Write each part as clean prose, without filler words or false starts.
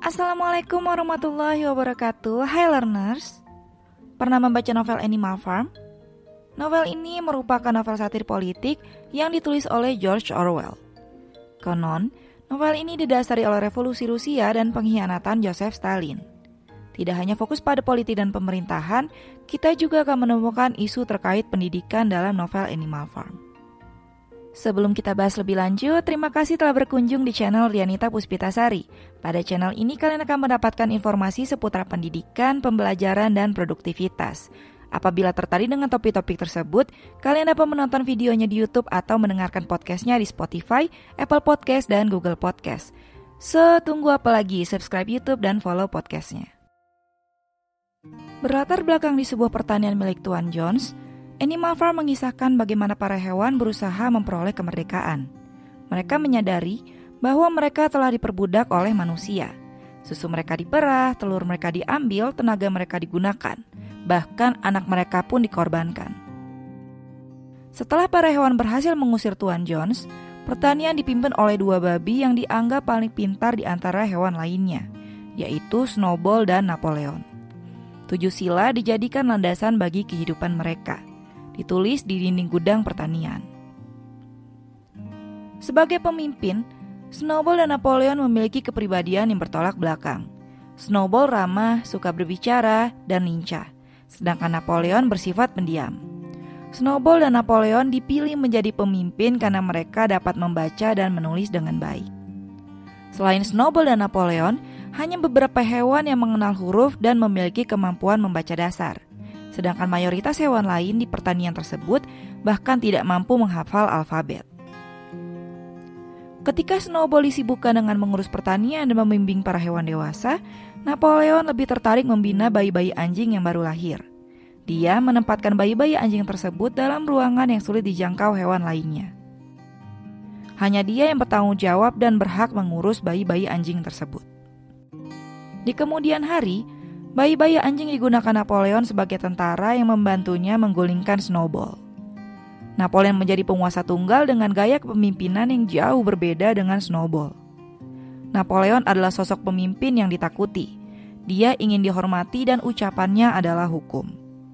Assalamualaikum warahmatullahi wabarakatuh. Hai learners. Pernah membaca novel Animal Farm? Novel ini merupakan novel satir politik yang ditulis oleh George Orwell. Konon, novel ini didasari oleh revolusi Rusia dan pengkhianatan Joseph Stalin. Tidak hanya fokus pada politik dan pemerintahan, kita juga akan menemukan isu terkait pendidikan dalam novel Animal Farm. Sebelum kita bahas lebih lanjut, terima kasih telah berkunjung di channel Rianita Puspitasari. Pada channel ini kalian akan mendapatkan informasi seputar pendidikan, pembelajaran, dan produktivitas. Apabila tertarik dengan topik-topik tersebut, kalian dapat menonton videonya di YouTube atau mendengarkan podcastnya di Spotify, Apple Podcast, dan Google Podcast. So, tunggu apa lagi? Subscribe YouTube dan follow podcastnya. Berlatar belakang di sebuah pertanian milik Tuan Jones, Animal Farm mengisahkan bagaimana para hewan berusaha memperoleh kemerdekaan. Mereka menyadari bahwa mereka telah diperbudak oleh manusia. Susu mereka diperah, telur mereka diambil, tenaga mereka digunakan. Bahkan anak mereka pun dikorbankan. Setelah para hewan berhasil mengusir Tuan Jones, pertanian dipimpin oleh dua babi yang dianggap paling pintar di antara hewan lainnya, yaitu Snowball dan Napoleon. 7 sila dijadikan landasan bagi kehidupan mereka. Ditulis di dinding gudang pertanian. Sebagai pemimpin, Snowball dan Napoleon memiliki kepribadian yang bertolak belakang. Snowball ramah, suka berbicara, dan lincah, sedangkan Napoleon bersifat pendiam. Snowball dan Napoleon dipilih menjadi pemimpin karena mereka dapat membaca dan menulis dengan baik. Selain Snowball dan Napoleon, hanya beberapa hewan yang mengenal huruf dan memiliki kemampuan membaca dasar. Sedangkan mayoritas hewan lain di pertanian tersebut bahkan tidak mampu menghafal alfabet. Ketika Snowball disibukkan dengan mengurus pertanian dan membimbing para hewan dewasa, Napoleon lebih tertarik membina bayi-bayi anjing yang baru lahir. Dia menempatkan bayi-bayi anjing tersebut dalam ruangan yang sulit dijangkau hewan lainnya. Hanya dia yang bertanggung jawab dan berhak mengurus bayi-bayi anjing tersebut. Di kemudian hari, bayi-bayi anjing digunakan Napoleon sebagai tentara yang membantunya menggulingkan Snowball. Napoleon menjadi penguasa tunggal dengan gaya kepemimpinan yang jauh berbeda dengan Snowball. Napoleon adalah sosok pemimpin yang ditakuti. Dia ingin dihormati dan ucapannya adalah hukum.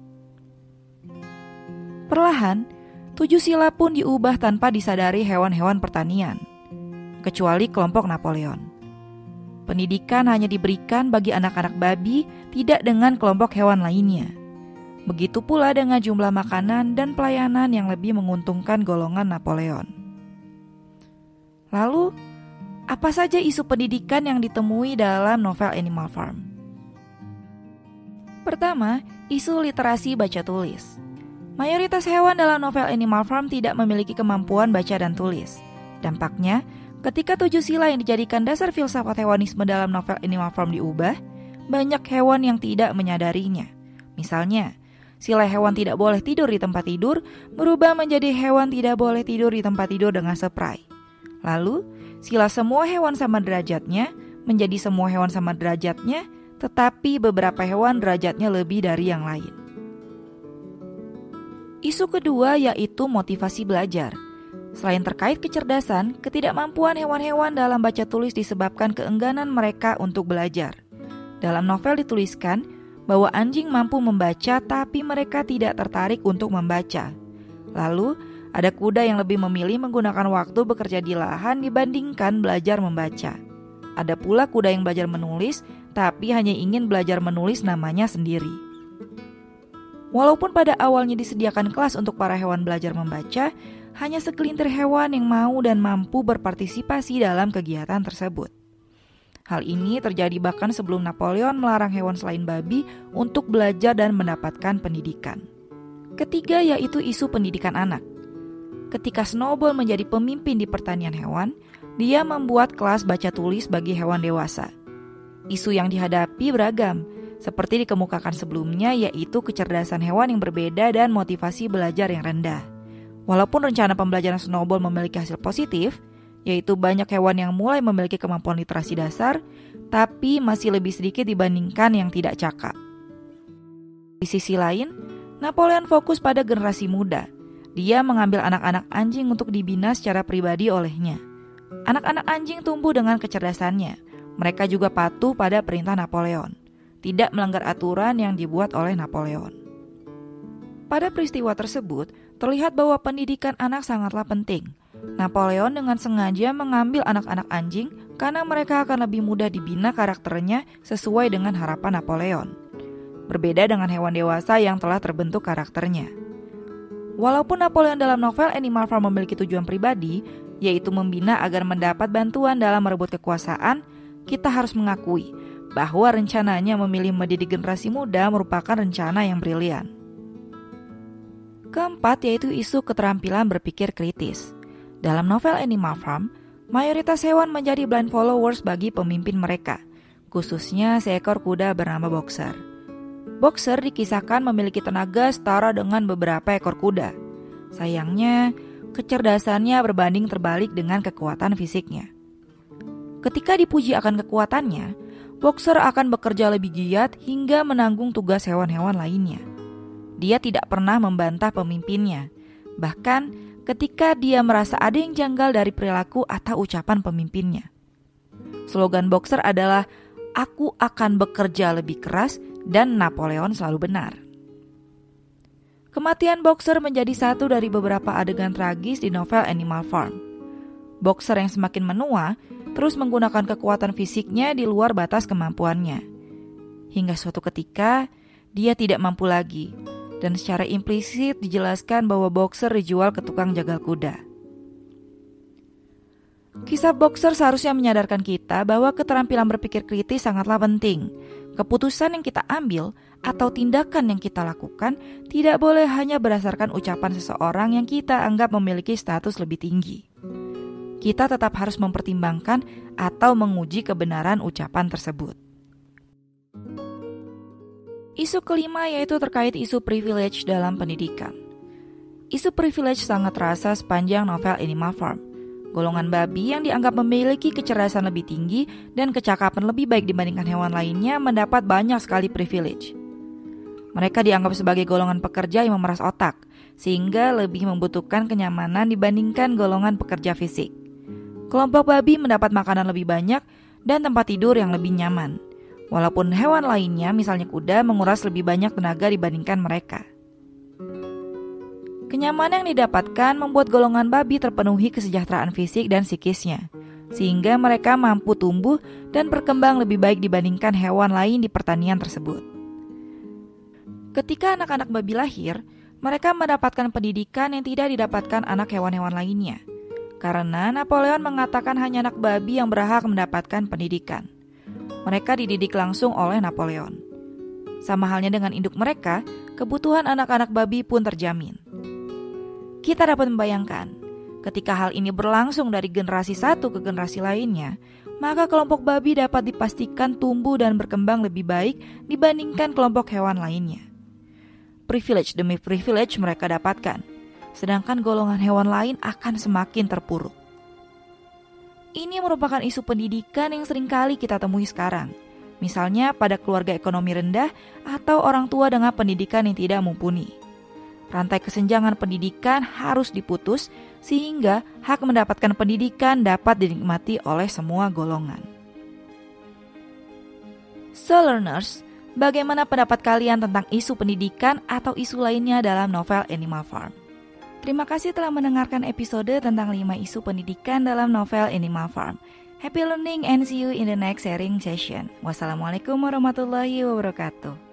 Perlahan, 7 sila pun diubah tanpa disadari hewan-hewan pertanian, kecuali kelompok Napoleon. Pendidikan hanya diberikan bagi anak-anak babi, tidak dengan kelompok hewan lainnya. Begitu pula dengan jumlah makanan dan pelayanan yang lebih menguntungkan golongan Napoleon. Lalu, apa saja isu pendidikan yang ditemui dalam novel Animal Farm? Pertama, isu literasi baca tulis. Mayoritas hewan dalam novel Animal Farm tidak memiliki kemampuan baca dan tulis. Dampaknya, ketika 7 sila yang dijadikan dasar filsafat hewanisme dalam novel Animal Farm diubah, banyak hewan yang tidak menyadarinya. Misalnya, sila hewan tidak boleh tidur di tempat tidur berubah menjadi hewan tidak boleh tidur di tempat tidur dengan spray. Lalu, sila semua hewan sama derajatnya menjadi semua hewan sama derajatnya, tetapi beberapa hewan derajatnya lebih dari yang lain. Isu kedua yaitu motivasi belajar. Selain terkait kecerdasan, ketidakmampuan hewan-hewan dalam baca tulis disebabkan keengganan mereka untuk belajar. Dalam novel dituliskan bahwa anjing mampu membaca tapi mereka tidak tertarik untuk membaca. Lalu, ada kuda yang lebih memilih menggunakan waktu bekerja di lahan dibandingkan belajar membaca. Ada pula kuda yang belajar menulis tapi hanya ingin belajar menulis namanya sendiri. Walaupun pada awalnya disediakan kelas untuk para hewan belajar membaca, hanya segelintir hewan yang mau dan mampu berpartisipasi dalam kegiatan tersebut. Hal ini terjadi bahkan sebelum Napoleon melarang hewan selain babi untuk belajar dan mendapatkan pendidikan. Ketiga yaitu isu pendidikan anak. Ketika Snowball menjadi pemimpin di pertanian hewan, dia membuat kelas baca tulis bagi hewan dewasa. Isu yang dihadapi beragam, seperti dikemukakan sebelumnya yaitu kecerdasan hewan yang berbeda dan motivasi belajar yang rendah. Walaupun rencana pembelajaran Snowball memiliki hasil positif, yaitu banyak hewan yang mulai memiliki kemampuan literasi dasar, tapi masih lebih sedikit dibandingkan yang tidak cakap. Di sisi lain, Napoleon fokus pada generasi muda. Dia mengambil anak-anak anjing untuk dibina secara pribadi olehnya. Anak-anak anjing tumbuh dengan kecerdasannya. Mereka juga patuh pada perintah Napoleon, tidak melanggar aturan yang dibuat oleh Napoleon. Pada peristiwa tersebut, terlihat bahwa pendidikan anak sangatlah penting. Napoleon dengan sengaja mengambil anak-anak anjing karena mereka akan lebih mudah dibina karakternya sesuai dengan harapan Napoleon. Berbeda dengan hewan dewasa yang telah terbentuk karakternya. Walaupun Napoleon dalam novel Animal Farm memiliki tujuan pribadi, yaitu membina agar mendapat bantuan dalam merebut kekuasaan, kita harus mengakui bahwa rencananya memilih mendidik generasi muda merupakan rencana yang brilian. Keempat, yaitu isu keterampilan berpikir kritis. Dalam novel Animal Farm, mayoritas hewan menjadi blind followers bagi pemimpin mereka, khususnya seekor kuda bernama Boxer. Boxer dikisahkan memiliki tenaga setara dengan beberapa ekor kuda. Sayangnya, kecerdasannya berbanding terbalik dengan kekuatan fisiknya. Ketika dipuji akan kekuatannya, Boxer akan bekerja lebih giat hingga menanggung tugas hewan-hewan lainnya. Dia tidak pernah membantah pemimpinnya. Bahkan ketika dia merasa ada yang janggal dari perilaku atau ucapan pemimpinnya. Slogan Boxer adalah, "Aku akan bekerja lebih keras dan Napoleon selalu benar." Kematian Boxer menjadi satu dari beberapa adegan tragis di novel Animal Farm. Boxer yang semakin menua terus menggunakan kekuatan fisiknya di luar batas kemampuannya. Hingga suatu ketika, dia tidak mampu lagi, dan secara implisit dijelaskan bahwa Boxer dijual ke tukang jagal kuda. Kisah Boxer seharusnya menyadarkan kita bahwa keterampilan berpikir kritis sangatlah penting. Keputusan yang kita ambil atau tindakan yang kita lakukan tidak boleh hanya berdasarkan ucapan seseorang yang kita anggap memiliki status lebih tinggi. Kita tetap harus mempertimbangkan atau menguji kebenaran ucapan tersebut. Isu kelima yaitu terkait isu privilege dalam pendidikan. Isu privilege sangat terasa sepanjang novel Animal Farm. Golongan babi yang dianggap memiliki kecerdasan lebih tinggi dan kecakapan lebih baik dibandingkan hewan lainnya mendapat banyak sekali privilege. Mereka dianggap sebagai golongan pekerja yang memeras otak, sehingga lebih membutuhkan kenyamanan dibandingkan golongan pekerja fisik. Kelompok babi mendapat makanan lebih banyak dan tempat tidur yang lebih nyaman. Walaupun hewan lainnya, misalnya kuda, menguras lebih banyak tenaga dibandingkan mereka. Kenyamanan yang didapatkan membuat golongan babi terpenuhi kesejahteraan fisik dan psikisnya, sehingga mereka mampu tumbuh dan berkembang lebih baik dibandingkan hewan lain di pertanian tersebut. Ketika anak-anak babi lahir, mereka mendapatkan pendidikan yang tidak didapatkan anak hewan-hewan lainnya, karena Napoleon mengatakan hanya anak babi yang berhak mendapatkan pendidikan. Mereka dididik langsung oleh Napoleon. Sama halnya dengan induk mereka, kebutuhan anak-anak babi pun terjamin. Kita dapat membayangkan, ketika hal ini berlangsung dari generasi satu ke generasi lainnya, maka kelompok babi dapat dipastikan tumbuh dan berkembang lebih baik dibandingkan kelompok hewan lainnya. Privilege demi privilege mereka dapatkan, sedangkan golongan hewan lain akan semakin terpuruk. Ini merupakan isu pendidikan yang seringkali kita temui sekarang, misalnya pada keluarga ekonomi rendah atau orang tua dengan pendidikan yang tidak mumpuni. Rantai kesenjangan pendidikan harus diputus sehingga hak mendapatkan pendidikan dapat dinikmati oleh semua golongan. So learners, bagaimana pendapat kalian tentang isu pendidikan atau isu lainnya dalam novel Animal Farm? Terima kasih telah mendengarkan episode tentang 5 isu pendidikan dalam novel Animal Farm. Happy learning and see you in the next sharing session. Wassalamualaikum warahmatullahi wabarakatuh.